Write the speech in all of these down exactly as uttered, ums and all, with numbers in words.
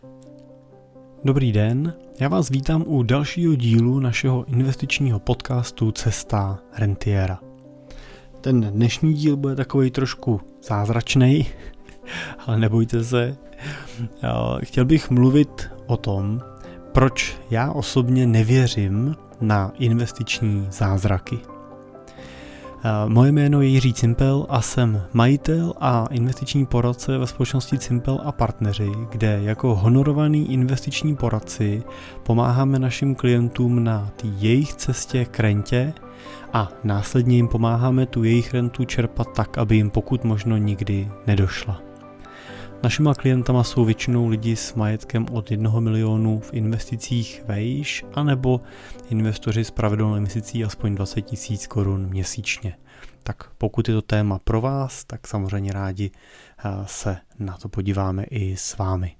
Dobrý den, já vás vítám u dalšího dílu našeho investičního podcastu Cesta rentiéra. Ten dnešní díl bude takový trošku zázračný, ale nebojte se. Chtěl bych mluvit o tom, proč já osobně nevěřím na investiční zázraky. Moje jméno je Jiří Cimpel a jsem majitel a investiční poradce ve společnosti Cimpel a partneři, kde jako honorovaný investiční poradci pomáháme našim klientům na té jejich cestě k rentě a následně jim pomáháme tu jejich rentu čerpat tak, aby jim pokud možno nikdy nedošla. Našima klientama jsou většinou lidi s majetkem od jednoho milionu v investicích vejš, anebo investoři s pravidelnou investicí aspoň dvacet tisíc korun měsíčně. Tak pokud je to téma pro vás, tak samozřejmě rádi se na to podíváme i s vámi.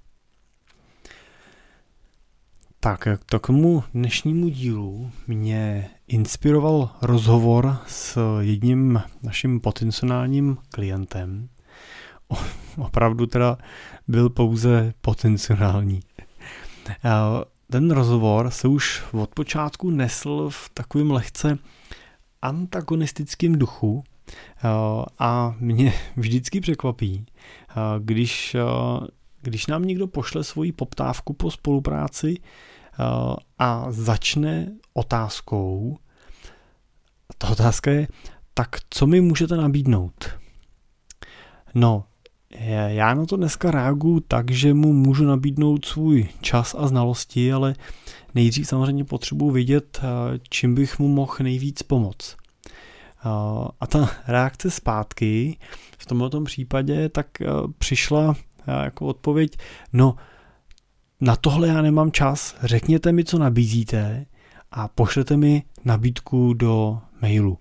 Tak k tomu dnešnímu dílu mě inspiroval rozhovor s jedním naším potenciálním klientem. Opravdu teda byl pouze potenciální. Ten rozhovor se už od počátku nesl v takovém lehce antagonistickém duchu a mě vždycky překvapí, když, když nám někdo pošle svoji poptávku po spolupráci a začne otázkou. Ta otázka je, tak co mi můžete nabídnout? No, já na to dneska reaguju tak, že mu můžu nabídnout svůj čas a znalosti, ale nejdřív samozřejmě potřebuji vědět, čím bych mu mohl nejvíc pomoct. A ta reakce zpátky v tomto případě tak přišla jako odpověď, no na tohle já nemám čas, řekněte mi, co nabízíte a pošlete mi nabídku do mailu.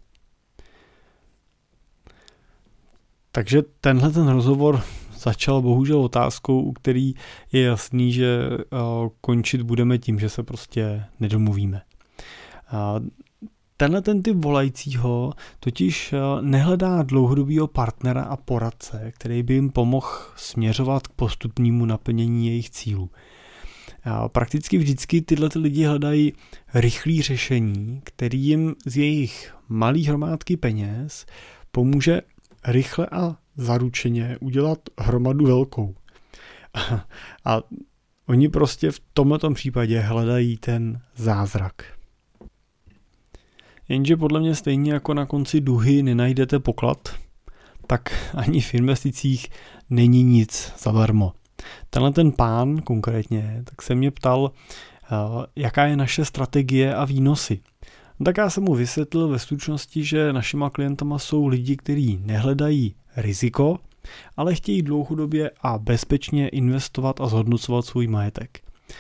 Takže tenhle ten rozhovor začal bohužel otázkou, u který je jasný, že končit budeme tím, že se prostě nedomluvíme. Tenhle ten typ volajícího totiž nehledá dlouhodobýho partnera a poradce, který by jim pomohl směřovat k postupnému naplnění jejich cílů. Prakticky vždycky tyhle lidi hledají rychlé řešení, který jim z jejich malý hromádky peněz pomůže rychle a zaručeně udělat hromadu velkou. A, a oni prostě v tomto případě hledají ten zázrak. Jenže podle mě stejně jako na konci duhy nenajdete poklad, tak ani v investicích není nic zadarmo. Tenhle ten pán konkrétně tak se mě ptal, jaká je naše strategie a výnosy. Tak já jsem mu vysvětlil ve stručnosti, že našima klientama jsou lidi, kteří nehledají riziko, ale chtějí dlouhodobě a bezpečně investovat a zhodnocovat svůj majetek.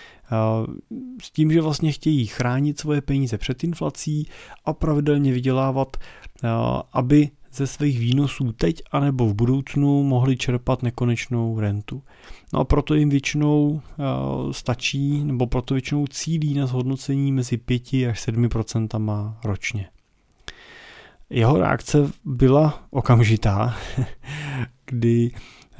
S tím, že vlastně chtějí chránit svoje peníze před inflací a pravidelně vydělávat, aby ze svých výnosů teď anebo v budoucnu mohli čerpat nekonečnou rentu. No a proto jim většinou stačí, nebo proto většinou cílí na zhodnocení mezi pět až sedm procent ročně. Jeho reakce byla okamžitá, kdy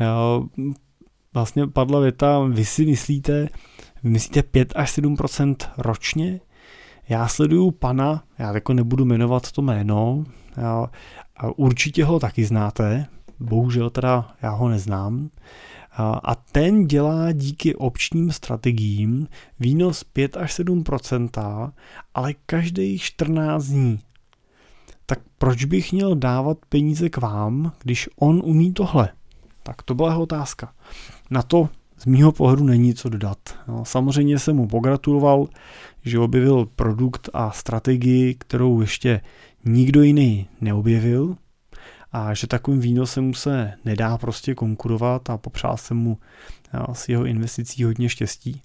vlastně padla věta, vy si myslíte, vy myslíte pět až sedm procent ročně? Já sleduju pana, já jako nebudu jmenovat to jméno, a určitě ho taky znáte, bohužel teda já ho neznám. A ten dělá díky opčním strategiím výnos pět až sedm procent, ale každých čtrnáct dní. Tak proč bych měl dávat peníze k vám, když on umí tohle? Tak to byla jeho otázka. Na to z mýho pohledu není co dodat. No, samozřejmě jsem mu pogratuloval, že objevil produkt a strategii, kterou ještě nikdo jiný neobjevil a že takovým výnosem mu se nedá prostě konkurovat a popřál jsem mu s jeho investicí hodně štěstí.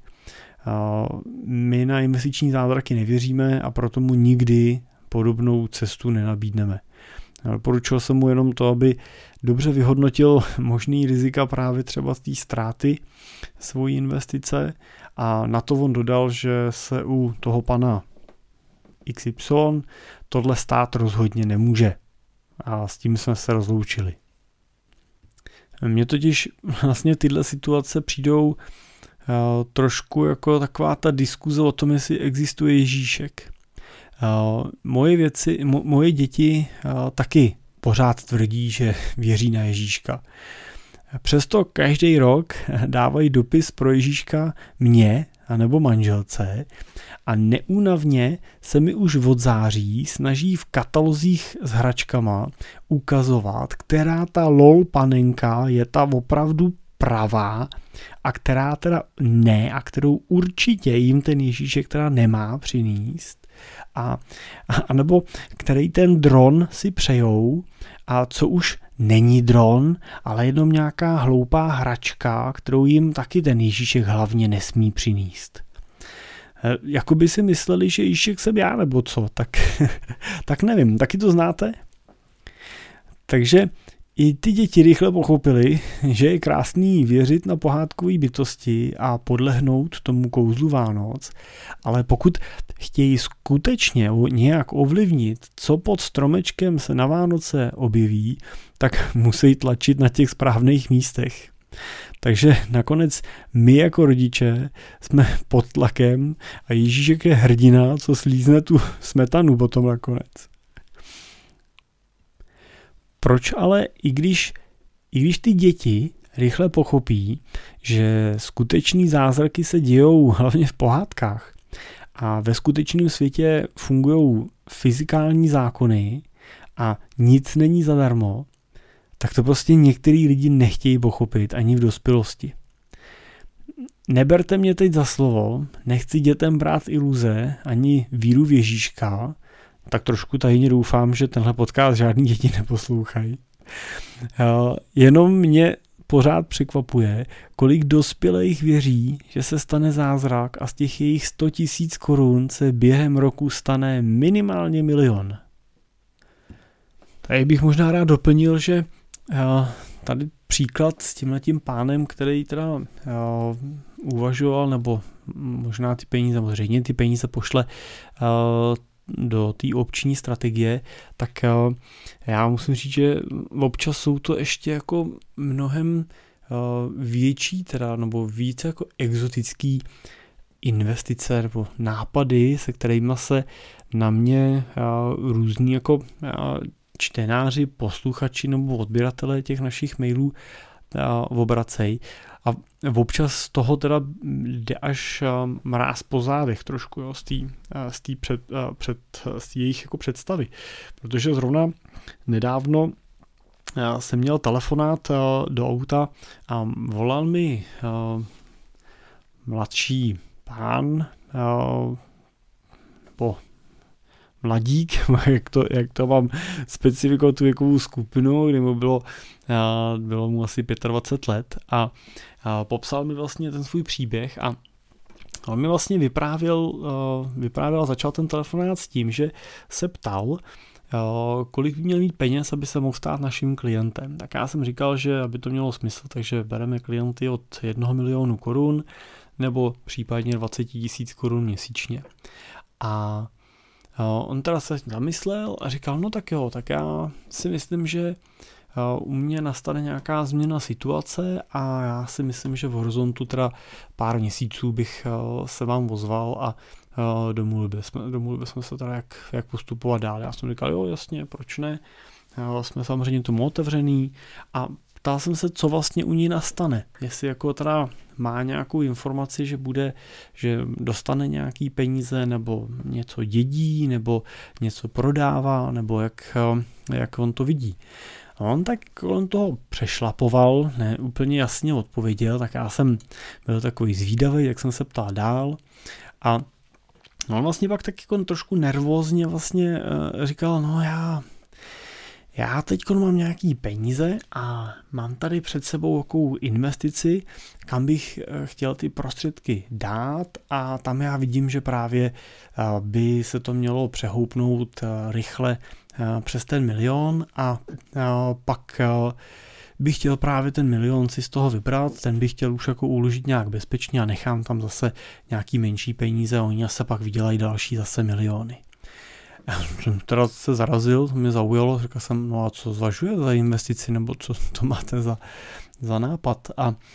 My na investiční zázraky nevěříme a proto mu nikdy podobnou cestu nenabídneme. Doporučil jsem mu jenom to, aby dobře vyhodnotil možný rizika právě třeba z té ztráty svojí investice a na to on dodal, že se u toho pana iks ypsilon tohle stát rozhodně nemůže. A s tím jsme se rozloučili. Mně totiž vlastně tyhle situace přijdou trošku jako taková ta diskuze o tom, jestli existuje Ježíšek. Moje věci, mo, moje děti taky pořád tvrdí, že věří na Ježíška. Přesto každý rok dávají dopis pro Ježíška mně anebo manželce a neúnavně se mi už od září snaží v katalozích s hračkama ukazovat, která ta lol panenka je ta opravdu pravá a která teda ne a kterou určitě jim ten Ježíšek teda nemá přinést a, a nebo který ten dron si přejou a co už není dron, ale jenom nějaká hloupá hračka, kterou jim taky ten Ježíšek hlavně nesmí přinést. Jakoby si mysleli, že Ježíšek jsem já, nebo co, tak, tak nevím, taky to znáte? Takže i ty děti rychle pochopili, že je krásný věřit na pohádkové bytosti a podlehnout tomu kouzlu Vánoc, ale pokud chtějí skutečně nějak ovlivnit, co pod stromečkem se na Vánoce objeví, tak musí tlačit na těch správných místech. Takže nakonec my jako rodiče jsme pod tlakem a Ježíšek je hrdina, co slízne tu smetanu potom nakonec. Proč ale, i když, i když ty děti rychle pochopí, že skutečný zázraky se dějou hlavně v pohádkách a ve skutečném světě fungují fyzikální zákony a nic není zadarmo, tak to prostě některý lidi nechtějí pochopit ani v dospělosti. Neberte mě teď za slovo, nechci dětem brát iluze ani víru v Ježíška, tak trošku tajně doufám, že tenhle podcast žádný děti neposlouchají. Jenom mě pořád překvapuje, kolik dospělých věří, že se stane zázrak a z těch jejich sto tisíc korun se během roku stane minimálně milion. Tady bych možná rád doplnil, že tady příklad s tímhletím pánem, který teda uvažoval, nebo možná ty peníze, samozřejmě ty peníze pošle do té opční strategie, tak já musím říct, že občas jsou to ještě jako mnohem větší teda, nebo více jako exotický investice nebo nápady, se kterými se na mě různí jako čtenáři, posluchači nebo odběratelé těch našich mailů obracej. A občas z toho teda jde až mráz po zádech trošku, jo, z té z té před, před, z té jejich jako představy. Protože zrovna nedávno jsem měl telefonát do auta a volal mi mladší pán po mladík, jak to, jak to mám specifikovat tu věkovou skupinu, kdy mu bylo, bylo mu asi dvacet pět let a, a popsal mi vlastně ten svůj příběh a on mi vlastně vyprávěl, vyprávěl a začal ten telefonát s tím, že se ptal, kolik by měl mít peněz, aby se mohl stát naším klientem. Tak já jsem říkal, že aby to mělo smysl, takže bereme klienty od jednoho milionu korun nebo případně dvacet tisíc korun měsíčně. A on teda se zamyslel a říkal, no tak jo, tak já si myslím, že u mě nastane nějaká změna situace a já si myslím, že v horizontu teda pár měsíců bych se vám ozval a domluvili bychom, domluvili bychom se teda, jak, jak postupovat dál. Já jsem říkal, jo, jasně, proč ne? Jsme samozřejmě tomu otevřený a ptal jsem se, co vlastně u ní nastane. Jestli jako teda má nějakou informaci, že bude, že dostane nějaký peníze, nebo něco dědí, nebo něco prodává, nebo jak, jak on to vidí. A on tak kolem toho přešlapoval, ne úplně jasně odpověděl, tak já jsem byl takový zvídavý, jak jsem se ptal dál. A on vlastně pak tak jako trošku nervózně vlastně říkal, no já... Já teď mám nějaký peníze a mám tady před sebou jakou investici, kam bych chtěl ty prostředky dát a tam já vidím, že právě by se to mělo přehoupnout rychle přes ten milion a pak bych chtěl právě ten milion si z toho vybrat, ten bych chtěl už jako uložit nějak bezpečně a nechám tam zase nějaký menší peníze a oni se pak vydělají další zase miliony. Já jsem teda se zarazil, to mě zaujalo, říkal jsem, no a co zvažuje za investici, nebo co to máte za, za nápad. A,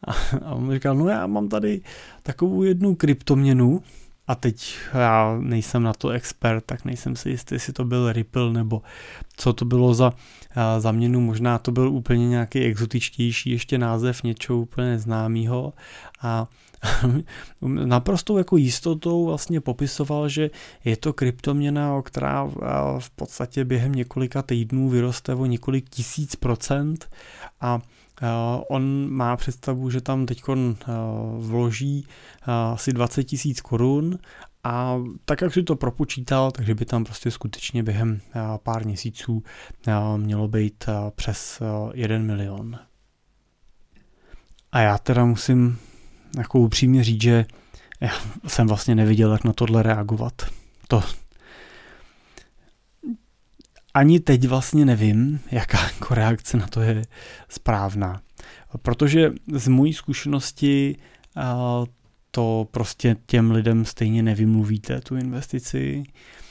A on mi říkal, no já mám tady takovou jednu kryptoměnu a teď já nejsem na to expert, tak nejsem si jistý, jestli to byl Ripple nebo co to bylo za, za měnu, možná to byl úplně nějaký exotičtější ještě název něčeho úplně neznámého a naprostou jako jistotou vlastně popisoval, že je to kryptoměna, která v podstatě během několika týdnů vyroste o několik tisíc procent a on má představu, že tam teď vloží asi dvacet tisíc korun a tak, jak si to propočítal, takže by tam prostě skutečně během pár měsíců mělo být přes jeden milion. A já teda musím jako upřímně říct, že já jsem vlastně neviděl, jak na tohle reagovat. To ani teď vlastně nevím, jaká jako reakce na to je správná. Protože z mojí zkušenosti to prostě těm lidem stejně nevymluvíte, tu investici.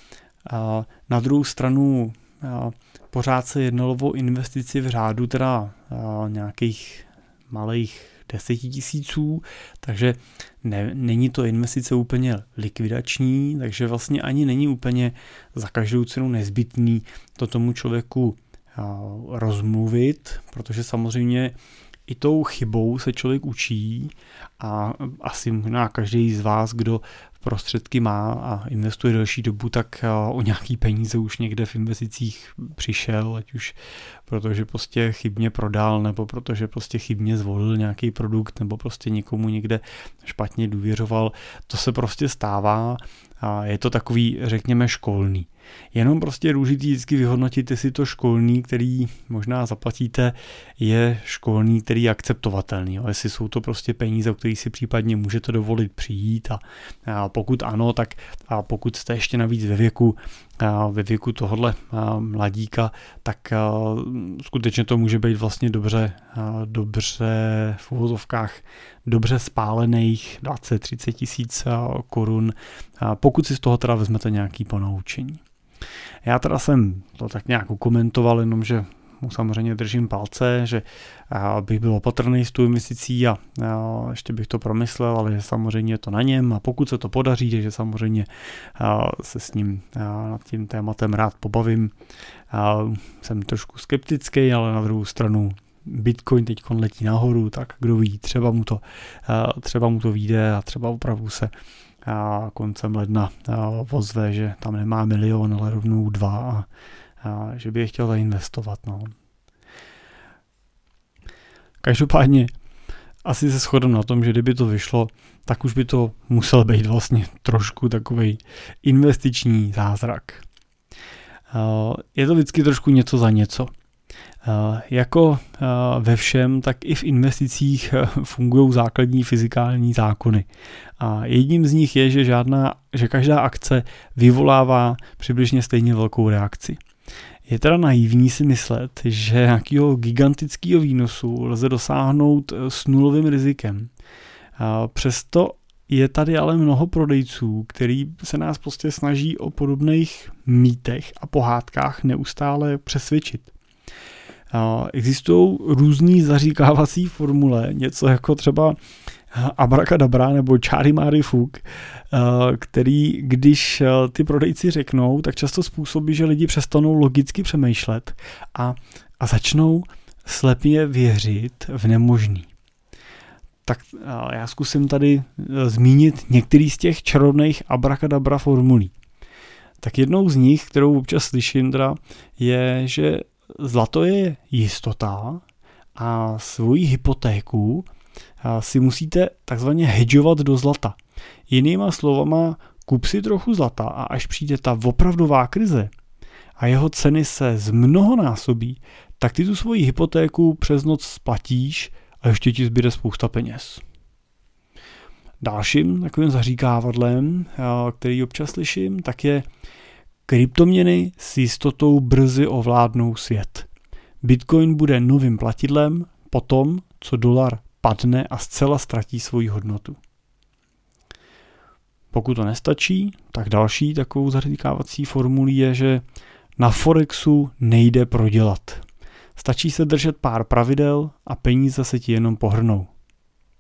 Na druhou stranu pořád se jednalo o investici v řádu teda nějakých malých deseti tisíců, takže ne, není to investice úplně likvidační, takže vlastně ani není úplně za každou cenu nezbytný to tomu člověku rozmluvit, protože samozřejmě i tou chybou se člověk učí a asi možná každý z vás, kdo prostředky má a investuje delší dobu, tak o nějaký peníze už někde v investicích přišel, ať už protože prostě chybně prodal, nebo protože prostě chybně zvolil nějaký produkt, nebo prostě někomu někde špatně důvěřoval. To se prostě stává a je to takový, řekněme, školný. Jenom prostě je důležitý vždycky vyhodnotit, jestli to školný, který možná zaplatíte, je školný, který je akceptovatelný. Jo. Jestli jsou to prostě peníze, o kterých si případně můžete dovolit přijít a, a pokud ano, tak a pokud jste ještě navíc ve věku, a ve věku tohohle a mladíka, tak a, skutečně to může být vlastně dobře, a, dobře v uvozovkách dobře spálených dvacet třicet tisíc korun, a pokud si z toho teda vezmete nějaký ponaučení. Já teda jsem to tak nějak komentoval, jenom že mu samozřejmě držím palce, že bych byl opatrný s tou investicí a ještě bych to promyslel, ale samozřejmě je to na něm a pokud se to podaří, takže samozřejmě se s ním nad tím tématem rád pobavím. Jsem trošku skeptický, ale na druhou stranu Bitcoin teď letí nahoru, tak kdo ví, třeba mu to, třeba mu to vyjde a třeba opravdu se a koncem ledna ozve, že tam nemá milion, ale rovnou dva a, a že by je chtěl zainvestovat. No. Každopádně asi se shodem na tom, že kdyby to vyšlo, tak už by to musel být vlastně trošku takovej investiční zázrak. Je to vždycky trošku něco za něco. Uh, jako uh, ve všem, tak i v investicích uh, fungují základní fyzikální zákony. A jedním z nich je, že, žádná, že každá akce vyvolává přibližně stejně velkou reakci. Je teda naivní si myslet, že nějakého gigantického výnosu lze dosáhnout s nulovým rizikem. Uh, přesto je tady ale mnoho prodejců, který se nás prostě snaží o podobných mýtech a pohádkách neustále přesvědčit. Existují různý zaříkávací formule, něco jako třeba abracadabra nebo čáry máry fuk, který, když ty prodejci řeknou, tak často způsobí, že lidi přestanou logicky přemýšlet a, a začnou slepě věřit v nemožný. Tak já zkusím tady zmínit některý z těch čarovných abracadabra formulí. Tak jednou z nich, kterou občas slyším, teda, je, že zlato je jistota a svoji hypotéku si musíte takzvaně hedžovat do zlata. Jinýma slovama, kup si trochu zlata a až přijde ta opravdová krize a jeho ceny se zmnohonásobí, tak ty tu svoji hypotéku přes noc splatíš a ještě ti zbyde spousta peněz. Dalším takovým zaříkávadlem, který občas slyším, tak je kryptoměny s jistotou brzy ovládnou svět. Bitcoin bude novým platidlem potom, co dolar padne a zcela ztratí svoji hodnotu. Pokud to nestačí, tak další takovou zaříkávací formulí je, že na Forexu nejde prodělat. Stačí se držet pár pravidel a peníze se ti jenom pohrnou.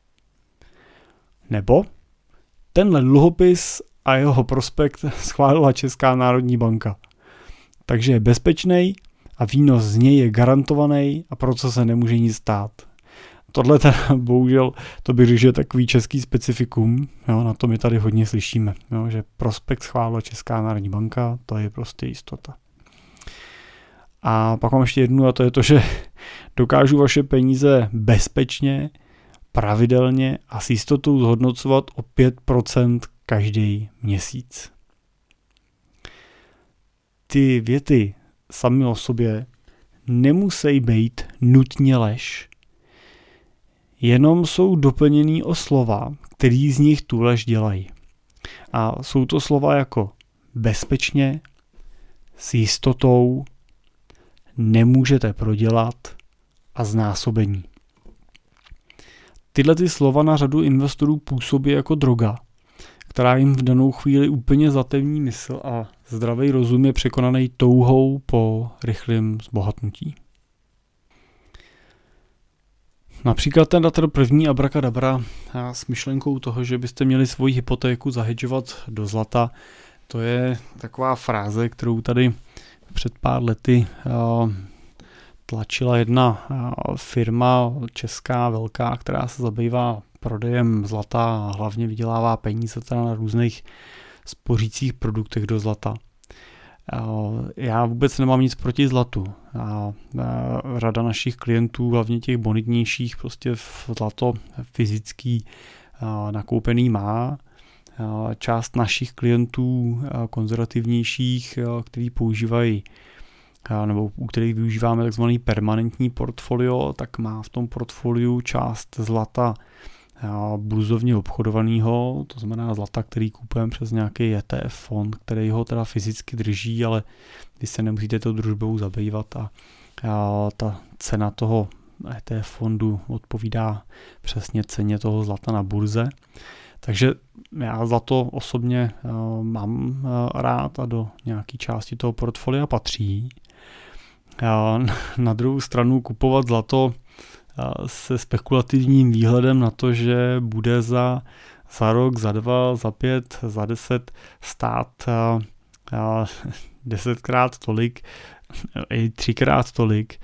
Nebo tenhle dluhopis a jeho prospekt schválila Česká národní banka. Takže je bezpečný a výnos z něj je garantovaný a proto se nemůže nic stát. Tohle teda bohužel, to bych řekl, že je takový český specifikum, jo, na to my tady hodně slyšíme, jo, že prospekt schválila Česká národní banka, to je prostě jistota. A pak mám ještě jednu a to je to, že dokážu vaše peníze bezpečně, pravidelně a s jistotou zhodnocovat o pět procent každý měsíc. Ty věty sami o sobě nemusí být nutně lež, jenom jsou doplněný o slova, který z nich tu lež dělají. A jsou to slova jako bezpečně, s jistotou, nemůžete prodělat a znásobení. Tyhle ty slova na řadu investorů působí jako droga, která jim v danou chvíli úplně zatemní mysl a zdravý rozum je překonaný touhou po rychlém zbohatnutí. Například ten dator první abrakadabra s myšlenkou toho, že byste měli svoji hypotéku zahedžovat do zlata, to je taková fráze, kterou tady před pár lety tlačila jedna firma česká velká, která se zabývá prodejem zlata a hlavně vydělává peníze teda na různých spořících produktech do zlata. Já vůbec nemám nic proti zlatu. A řada našich klientů, hlavně těch bonitnějších, prostě v zlato fyzický nakoupený má. Část našich klientů konzervativnějších, kteří používají nebo u kterých využíváme takzvaný permanentní portfolio, tak má v tom portfoliu část zlata burzovně obchodovaného, to znamená zlata, který kupujeme přes nějaký E T F fond, který ho teda fyzicky drží, ale vy se nemusíte tou družbou zabývat a, a ta cena toho E T F fondu odpovídá přesně ceně toho zlata na burze. Takže já zlato osobně uh, mám uh, rád a do nějaké části toho portfolia patří. Uh, na druhou stranu kupovat zlato uh, se spekulativním výhledem na to, že bude za, za rok, za dva, za pět, za deset stát uh, uh, desetkrát tolik, i třikrát tolik,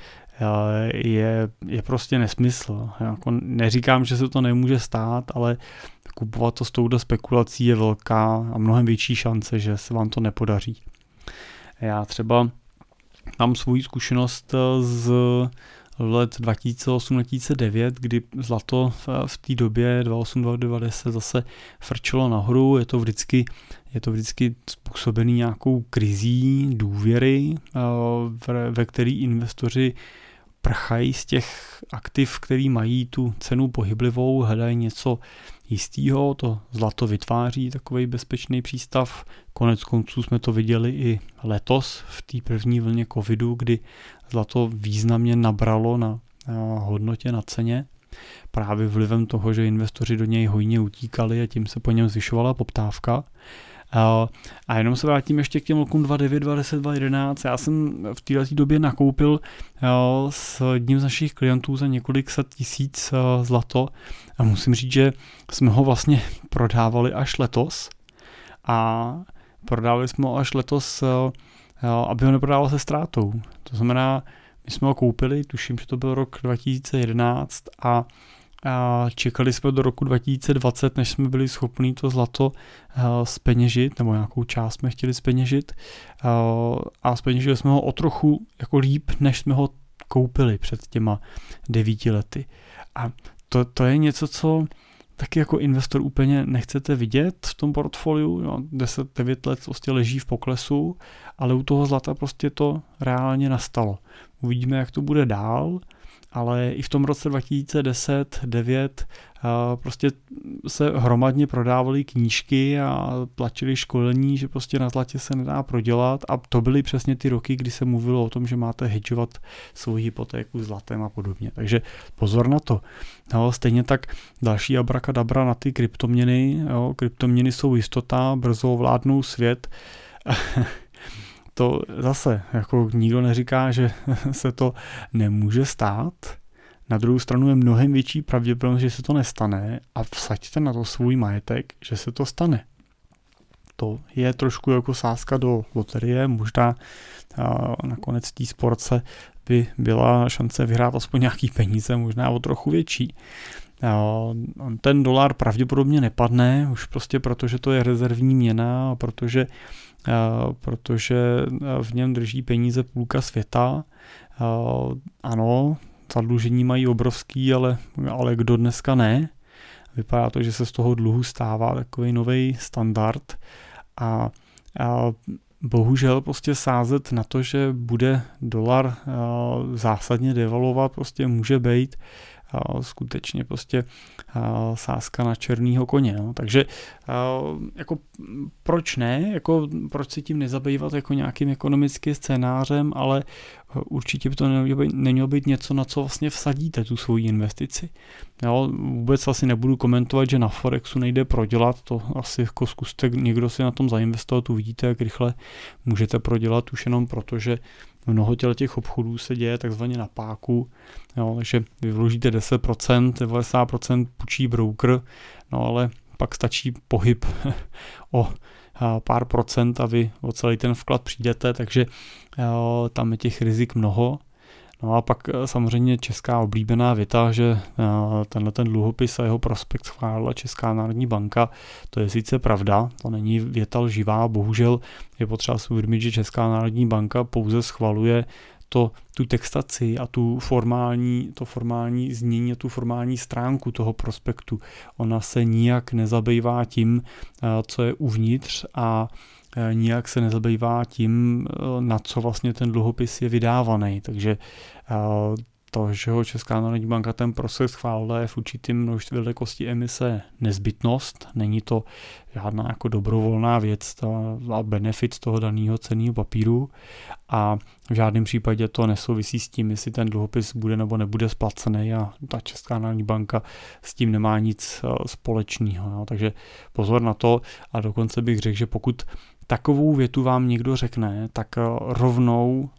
je, je prostě nesmysl. Jako neříkám, že se to nemůže stát, ale kupovat to s touto spekulací je velká a mnohem větší šance, že se vám to nepodaří. Já třeba mám svou zkušenost z let dva tisíce osm dva tisíce devět, kdy zlato v té době dva tisíce osm dva tisíce deset zase frčelo nahoru. Je to vždycky, je to vždycky způsobený nějakou krizí důvěry, ve který investoři prchají z těch aktiv, který mají tu cenu pohyblivou, hledají něco jistého, to zlato vytváří takový bezpečný přístav. Konec konců jsme to viděli i letos v té první vlně covidu, kdy zlato významně nabralo na, na hodnotě, na ceně. Právě vlivem toho, že investoři do něj hojně utíkali a tím se po něm zvyšovala poptávka. A jenom se vrátím ještě k těm rokům dva tisíce devět, dva tisíce deset, dva tisíce jedenáct. Já jsem v této době nakoupil s jedním z našich klientů za několik set tisíc zlato a musím říct, že jsme ho vlastně prodávali až letos a prodávali jsme ho až letos, aby ho neprodával se ztrátou. To znamená, my jsme ho koupili, tuším, že to byl rok dva tisíce jedenáct a a čekali jsme do roku dva tisíce dvacet, než jsme byli schopni to zlato zpeněžit, nebo nějakou část jsme chtěli zpeněžit a zpeněžili jsme ho o trochu jako líp, než jsme ho koupili před těma devíti lety. A to, to je něco, co taky jako investor úplně nechcete vidět v tom portfoliu. No, deset devět let prostě leží v poklesu, ale u toho zlata prostě to reálně nastalo. Uvidíme, jak to bude dál, ale i v tom roce dva tisíce deset devět prostě se hromadně prodávaly knížky a platili školení, že prostě na zlatě se nedá prodělat a to byly přesně ty roky, kdy se mluvilo o tom, že máte hedžovat svou hypotéku zlatem a podobně. Takže pozor na to. No, stejně tak další abrakadabra na ty kryptoměny. Jo, kryptoměny jsou jistota, brzo ovládnou svět. To zase, jako nikdo neříká, že se to nemůže stát. Na druhou stranu je mnohem větší pravděpodobnost, že se to nestane a vsaďte na to svůj majetek, že se to stane. To je trošku jako sázka do loterie, možná nakonec té sportce by byla šance vyhrát aspoň nějaký peníze, možná o trochu větší. Ten dolar pravděpodobně nepadne, už prostě protože to je rezervní měna, protože, protože v něm drží peníze půlka světa. Ano, zadlužení mají obrovský, ale, ale kdo dneska ne? Vypadá to, že se z toho dluhu stává takový nový standard a, a bohužel prostě sázet na to, že bude dolar zásadně devalovat, prostě může být skutečně prostě sázka na černýho koně. No. Takže jako proč ne, jako proč si tím nezabývat jako nějakým ekonomickým scénářem, ale určitě by to nemělo být, nemělo být něco, na co vlastně vsadíte tu svoji investici. Jo, vůbec asi nebudu komentovat, že na Forexu nejde prodělat, to asi jako zkuste někdo si na tom zainvestovat, uvidíte, jak rychle můžete prodělat už jenom proto, že mnoho těch obchodů se děje takzvaně na páku, jo, takže vy vložíte deset procent, devadesát procent půjčí broker, no ale pak stačí pohyb o pár procent a vy o celý ten vklad přijdete, takže jo, tam je těch rizik mnoho. No a pak samozřejmě česká oblíbená věta, že tenhle ten dluhopis a jeho prospekt schválila Česká národní banka, to je sice pravda, to není věta lživá, bohužel je potřeba si uvědomit, že Česká národní banka pouze schvaluje to, tu textaci a tu formální, to formální znění a tu formální stránku toho prospektu. Ona se nijak nezabývá tím, co je uvnitř a nijak se nezabývá tím, na co vlastně ten dluhopis je vydávaný. Takže to, že ho Česká národní banka ten proces schválila, je v určitým množství velikosti emise nezbytnost. Není to žádná jako dobrovolná věc a benefit toho daného cenného papíru a v žádném případě to nesouvisí s tím, jestli ten dluhopis bude nebo nebude splacený a ta Česká národní banka s tím nemá nic společného. No. Takže pozor na to a dokonce bych řekl, že pokud takovou větu vám někdo řekne, tak rovnou,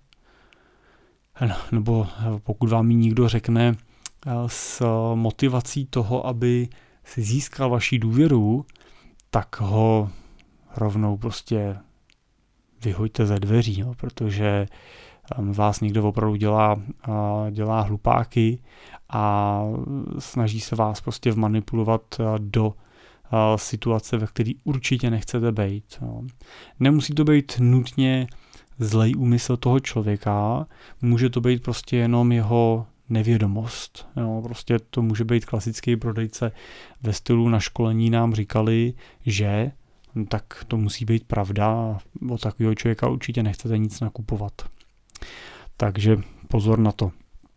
nebo pokud vám ji někdo řekne s motivací toho, aby si získal vaši důvěru, tak ho rovnou prostě vyhoďte ze dveří, jo, protože vás někdo opravdu dělá, dělá hlupáky a snaží se vás prostě vmanipulovat do situace, ve které určitě nechcete být. Jo. Nemusí to být nutně zlej úmysl toho člověka, může to být prostě jenom jeho nevědomost. Jo, prostě to může být klasický prodejce ve stylu na školení nám říkali, že tak to musí být pravda, od takového člověka určitě nechcete nic nakupovat. Takže pozor na to.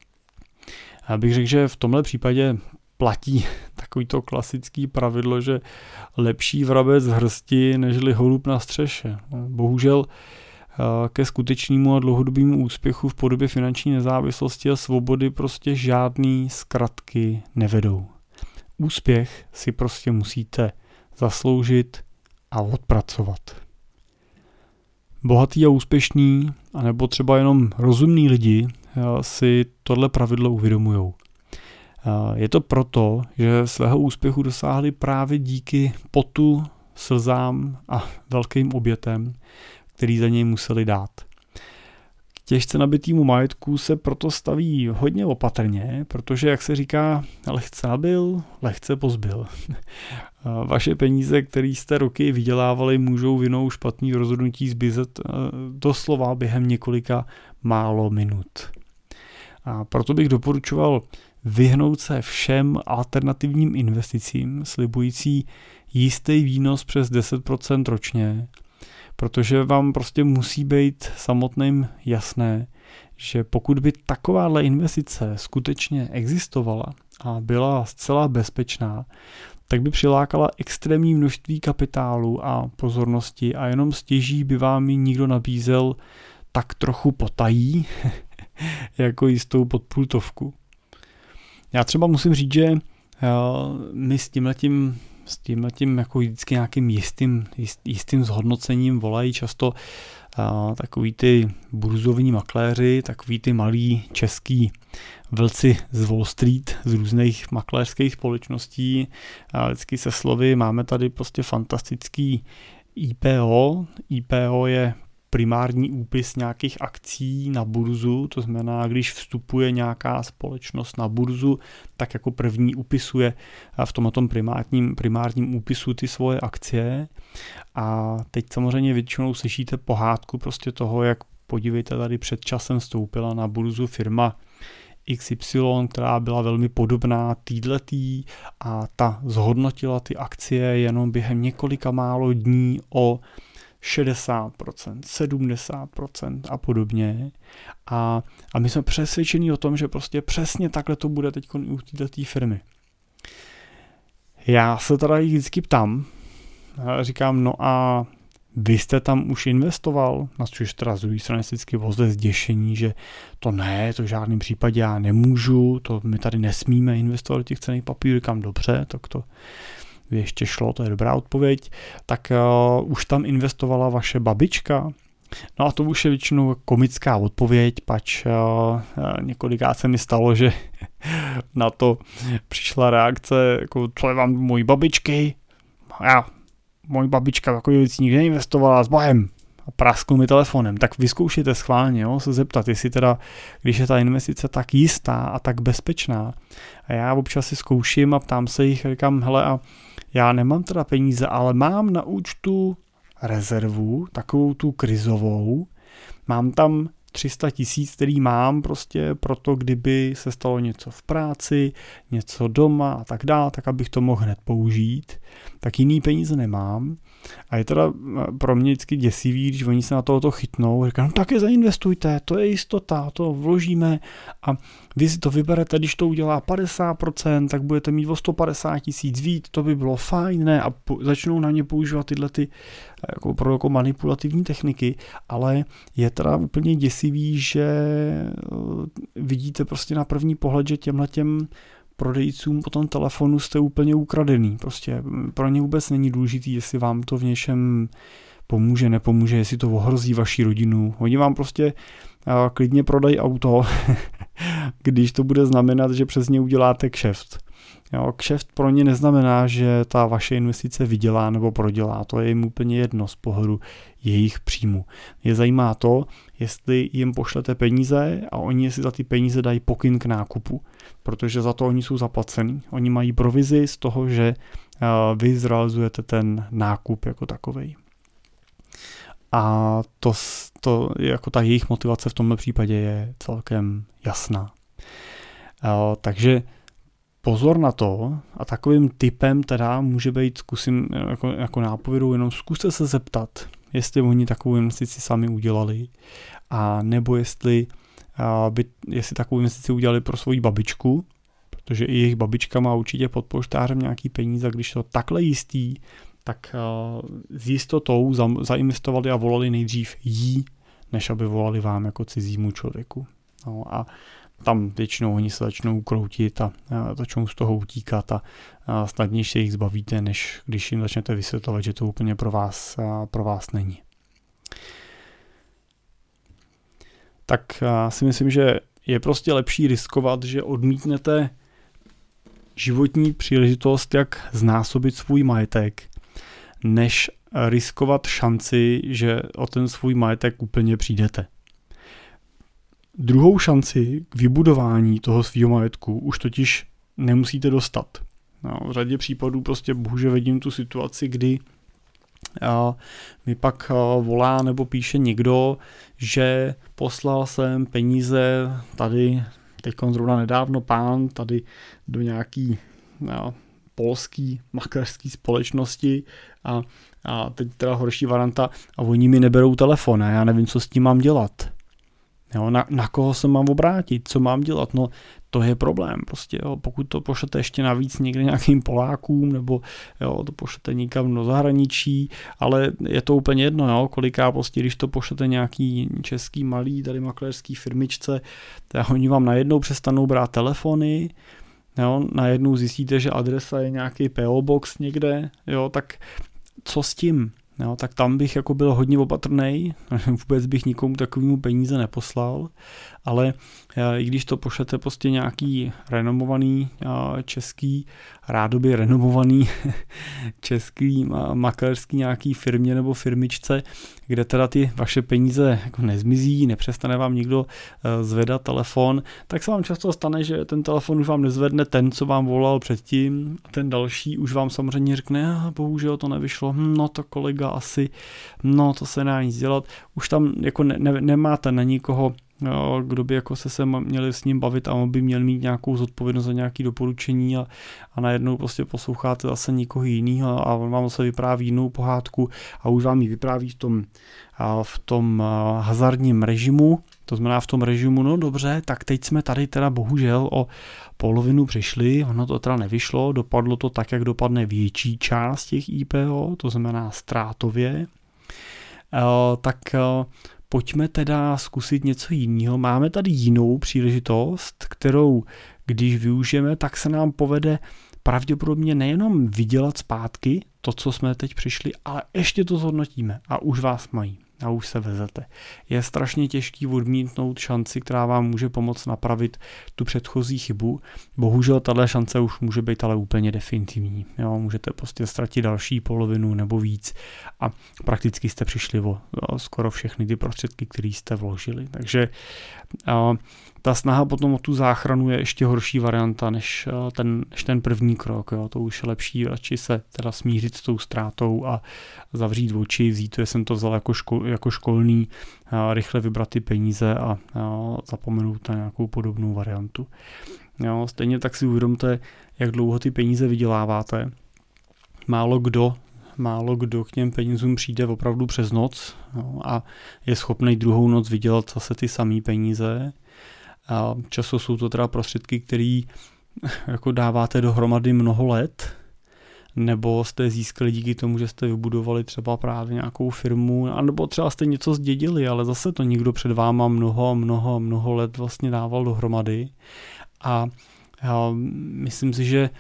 Já bych řekl, že v tomhle případě platí takový to klasický pravidlo, že lepší vrabec v hrsti, nežli holub na střeše. Bohužel ke skutečnému a dlouhodobému úspěchu v podobě finanční nezávislosti a svobody prostě žádný zkratky nevedou. Úspěch si prostě musíte zasloužit a odpracovat. Bohatý a úspěšný, anebo třeba jenom rozumní lidi si tohle pravidlo uvědomujou. Je to proto, že svého úspěchu dosáhli právě díky potu, slzám a velkým obětem, který za něj museli dát. K těžce nabitýmu majetku se proto staví hodně opatrně, protože, jak se říká, lehce nabil, lehce pozbyl. Vaše peníze, které jste roky vydělávali, můžou vinou špatný rozhodnutí zbizet doslova během několika málo minut. A proto bych doporučoval vyhnout se všem alternativním investicím, slibující jistý výnos přes deset procent ročně, protože vám prostě musí být samotným jasné, že pokud by takováhle investice skutečně existovala a byla zcela bezpečná, tak by přilákala extrémní množství kapitálu a pozornosti a jenom stěží by vám ji nikdo nabízel tak trochu potají, jako jistou podpultovku. Já třeba musím říct, že my s tímhletím s tím, tím jako vždycky nějakým jistým, jist, jistým zhodnocením volají často a, takový ty burzovní makléři, takový ty malí český vlci z Wall Street, z různých makléřských společností. A vždycky se slovy máme tady prostě fantastický I P O. I P O je primární úpis nějakých akcí na burzu, to znamená, když vstupuje nějaká společnost na burzu, tak jako první upisuje v tomto primárním, primárním úpisu ty svoje akcie. A teď samozřejmě většinou slyšíte pohádku prostě toho, jak podívejte, tady před časem vstoupila na burzu firma X Y, která byla velmi podobná týhletý a ta zhodnotila ty akcie jenom během několika málo dní o šedesát procent, sedmdesát procent a podobně. A, a my jsme přesvědčení o tom, že prostě přesně takhle to bude teď u této firmy. Já se teda vždycky ptám, říkám, no a vy jste tam už investoval? Na což teda z druhé strany vždycky vozde zděšení, že to ne, to v žádném případě já nemůžu, to my tady nesmíme investovat do těch cenných papírů, říkám dobře, tak to by ještě šlo, to je dobrá odpověď, tak uh, už tam investovala vaše babička? No a to už je většinou komická odpověď, pač uh, několikrát se mi stalo, že na to přišla reakce, jako co je vám mojí babičky? Já, mojí babička takový věc nikdy neinvestovala s bohem. A praskl mi telefonem, tak vyzkoušejte schválně, jo, se zeptat, jestli teda, když je ta investice tak jistá a tak bezpečná. A já občas si zkouším a ptám se jich, říkám, hele, a já nemám teda peníze, ale mám na účtu rezervu, takovou tu krizovou, mám tam tři sta tisíc, který mám prostě proto, kdyby se stalo něco v práci, něco doma a tak dále, tak abych to mohl hned použít, tak jiný peníze nemám. A je teda pro mě vždycky děsivý, když oni se na tohoto chytnou, říkají, no tak je zainvestujte, to je jistota, to vložíme a vy si to vyberete, když to udělá padesát procent, tak budete mít o sto padesát tisíc víc, to by bylo fajn, ne? A po, začnou na ně používat tyhle ty jako, pro jako manipulativní techniky, ale je teda úplně děsivý, že vidíte prostě na první pohled, že těmhletěm prodejcům po tom telefonu jste úplně ukradený. Prostě pro ně vůbec není důležitý, jestli vám to v něčem pomůže, nepomůže, jestli to ohrozí vaši rodinu. Oni vám prostě uh, klidně prodají auto, když to bude znamenat, že přes ně uděláte kšeft. Jo, kšeft pro ně neznamená, že ta vaše investice vydělá nebo prodělá. To je jim úplně jedno z pohledu jejich příjmu. Je zajímá to, jestli jim pošlete peníze a oni si za ty peníze dají pokyn k nákupu, protože za to oni jsou zaplacení. Oni mají provizi z toho, že vy zrealizujete ten nákup jako takovej. A to, to jako ta jejich motivace v tomto případě je celkem jasná. Takže pozor na to a takovým typem teda může být, zkusím jako, jako nápovědu, jenom zkuste se zeptat, jestli oni takovou investici sami udělali a nebo jestli, by, jestli takovou investici udělali pro svoji babičku, protože i jejich babička má určitě pod polštářem nějaký peníze a když to takhle jistý, tak s jistotou za, zainvestovali a volali nejdřív jí, než aby volali vám jako cizímu člověku. No a tam většinou oni se začnou kroutit a, a začnou z toho utíkat a, a snadněji se jich zbavíte, než když jim začnete vysvětlovat, že to úplně pro vás, a, pro vás není. Tak já si myslím, že je prostě lepší riskovat, že odmítnete životní příležitost, jak znásobit svůj majetek, než riskovat šanci, že o ten svůj majetek úplně přijdete. Druhou šanci k vybudování toho svého majetku už totiž nemusíte dostat. No, v řadě případů prostě bohužel vidím tu situaci, kdy a, mi pak a, volá nebo píše někdo, že poslal jsem peníze tady, teď zrovna nedávno pán, tady do nějaký a, polský makléřský společnosti a, a teď teda horší varianta a oni mi neberou telefon a já nevím, co s tím mám dělat. Jo, na, na koho se mám obrátit, co mám dělat, no to je problém prostě, jo, pokud to pošlete ještě navíc někde nějakým Polákům, nebo jo, to pošlete někam do zahraničí, ale je to úplně jedno, jo, koliká prostě, když to pošlete nějaký český malý, tady makléřský firmičce, tak oni vám najednou přestanou brát telefony, jo, najednou zjistíte, že adresa je nějaký P O Box někde, jo, tak co s tím? Jo, tak tam bych jako byl hodně opatrnej, vůbec bych nikomu takovému peníze neposlal, ale i když to pošlete prostě nějaký renomovaný český, rádoby renomovaný český makléřský nějaký firmě nebo firmičce, kde teda ty vaše peníze jako nezmizí, nepřestane vám nikdo zvedat telefon, tak se vám často stane, že ten telefon už vám nezvedne ten, co vám volal předtím, a ten další už vám samozřejmě řekne, bohužel to nevyšlo, hm, no to kolega asi, no to se nedá nic dělat, už tam jako ne, ne, nemáte na nikoho, jo, kdo by jako se se měli s ním bavit a on by měl mít nějakou zodpovědnost za nějaké doporučení a, a najednou prostě posloucháte zase někoho jiného a on vám zase vypráví jinou pohádku a už vám ji vypráví v tom, v tom hazardním režimu, to znamená v tom režimu, no dobře, tak teď jsme tady teda bohužel o polovinu přišli, ono to teda nevyšlo, dopadlo to tak, jak dopadne větší část těch I P O, to znamená ztrátově, tak pojďme teda zkusit něco jiného. Máme tady jinou příležitost, kterou když využijeme, tak se nám povede pravděpodobně nejenom vydělat zpátky to, co jsme teď přišli, ale ještě to zhodnotíme a už vás mají a už se vezete. Je strašně těžký odmítnout šanci, která vám může pomoct napravit tu předchozí chybu. Bohužel tahle šance už může být ale úplně definitivní. Jo, můžete prostě ztratit další polovinu nebo víc a prakticky jste přišli o, o skoro všechny ty prostředky, které jste vložili. Takže a, ta snaha potom o tu záchranu je ještě horší varianta než ten, než ten první krok. Jo. To už je lepší radši se teda smířit s tou ztrátou a zavřít oči, vzít, že jsem to vzal jako, škol, jako školný, a rychle vybrat ty peníze a, a zapomenout na nějakou podobnou variantu. Jo, stejně tak si uvědomte, jak dlouho ty peníze vyděláváte. Málo kdo Málo kdo k těm penězům přijde opravdu přes noc, jo, a je schopný druhou noc vydělat zase ty samé peníze. A často jsou to teda prostředky, které jako dáváte dohromady mnoho let, nebo jste získali díky tomu, že jste vybudovali třeba právě nějakou firmu, nebo třeba jste něco zdědili, ale zase to někdo před váma mnoho, mnoho, mnoho let vlastně dával dohromady. A já myslím si, že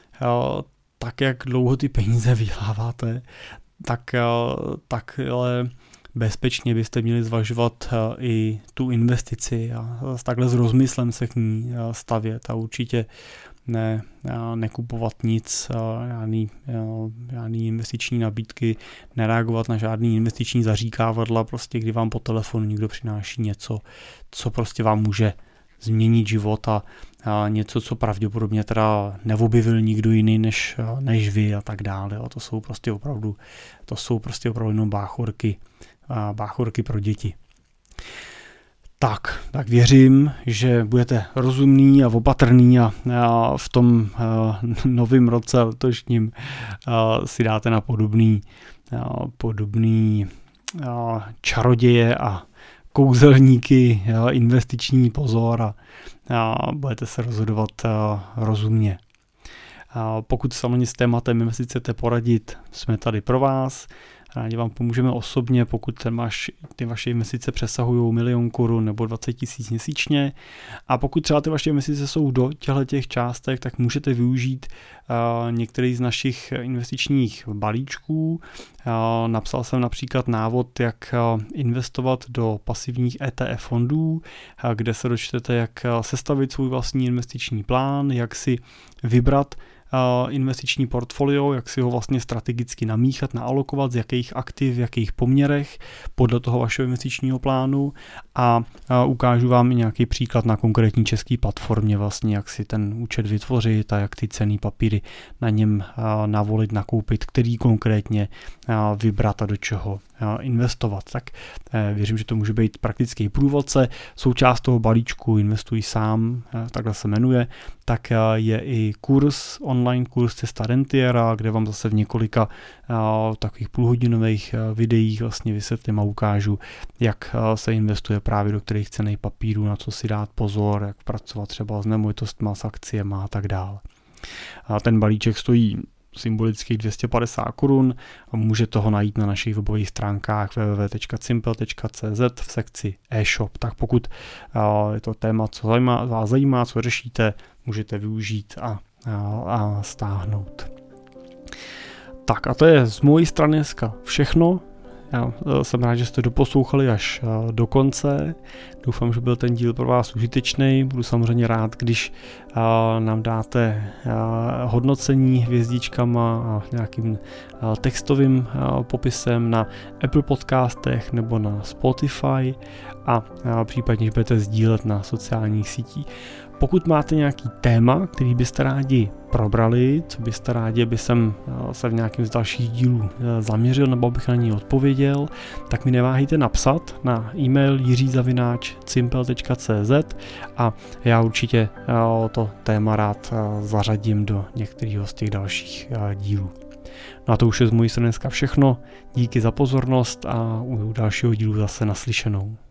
tak, jak dlouho ty peníze vyděláváte, tak, tak ale bezpečně byste měli zvažovat i tu investici a takhle s rozmyslem se k ní stavět a určitě ne, nekupovat nic, žádný, žádný investiční nabídky, nereagovat na žádný investiční zaříkávadla, prostě kdy vám po telefonu někdo přináší něco, co prostě vám může změnit život a, a něco, co pravděpodobně teda neobjevil nikdo jiný než, než vy a tak dále. A to jsou prostě opravdu, to jsou prostě opravdu jenom báchorky, a báchorky pro děti. Tak, tak věřím, že budete rozumný a opatrný a, a v tom novém roce letošním si dáte na podobný, a, podobný a, čaroděje a kouzelníky, a, investiční pozor a, a budete se rozhodovat a, rozumně. A pokud samozřejmě s tématem investice chcete poradit, jsme tady pro vás. Rádi vám pomůžeme osobně, pokud ten máš, ty vaše investice přesahují milion korun nebo dvacet tisíc měsíčně. A pokud třeba ty vaše investice jsou do těchto částek, tak můžete využít uh, některý z našich investičních balíčků. Uh, napsal jsem například návod, jak uh, investovat do pasivních E T F fondů, uh, kde se dočtete, jak uh, sestavit svůj vlastní investiční plán, jak si vybrat investiční portfolio, jak si ho vlastně strategicky namíchat, naalokovat, z jakých aktiv, v jakých poměrech podle toho vašeho investičního plánu a ukážu vám i nějaký příklad na konkrétní české platformě, vlastně jak si ten účet vytvořit a jak ty cenné papíry na něm navolit, nakoupit, který konkrétně vybrat a do čeho investovat. Tak věřím, že to může být praktický průvodce. Součást toho balíčku Investuj sám, takhle se jmenuje, tak je i kurz, online kurz Cesta rentiera, kde vám zase v několika takových půlhodinových videích vlastně vysvětlím a ukážu, jak se investuje právě do kterých cenných papírů, na co si dát pozor, jak pracovat třeba s nemovitostma, s akciemi a tak dále. Ten balíček stojí symbolických dvě stě padesát korun a můžete ho najít na našich webových stránkách w w w tečka cimpel tečka c z v sekci e-shop. Tak pokud je to téma, co zajímá, vás zajímá, co řešíte, můžete využít a, a, a stáhnout. Tak a to je z mojí strany dneska všechno. Já jsem rád, že jste doposlouchali až do konce. Doufám, že byl ten díl pro vás užitečný. Budu samozřejmě rád, když nám dáte hodnocení hvězdičkama a nějakým textovým popisem na Apple podcastech nebo na Spotify a případně budete sdílet na sociálních sítích. Pokud máte nějaký téma, který byste rádi probrali, co byste rádi, aby jsem se v nějakém z dalších dílů zaměřil nebo abych na něj odpověděl, tak mi neváhejte napsat na e-mail jiří zavináč cimpel tečka c z a já určitě to téma rád zařadím do některého z těch dalších dílů. No a to už je z mojí strany dneska všechno. Díky za pozornost a u dalšího dílu zase naslyšenou.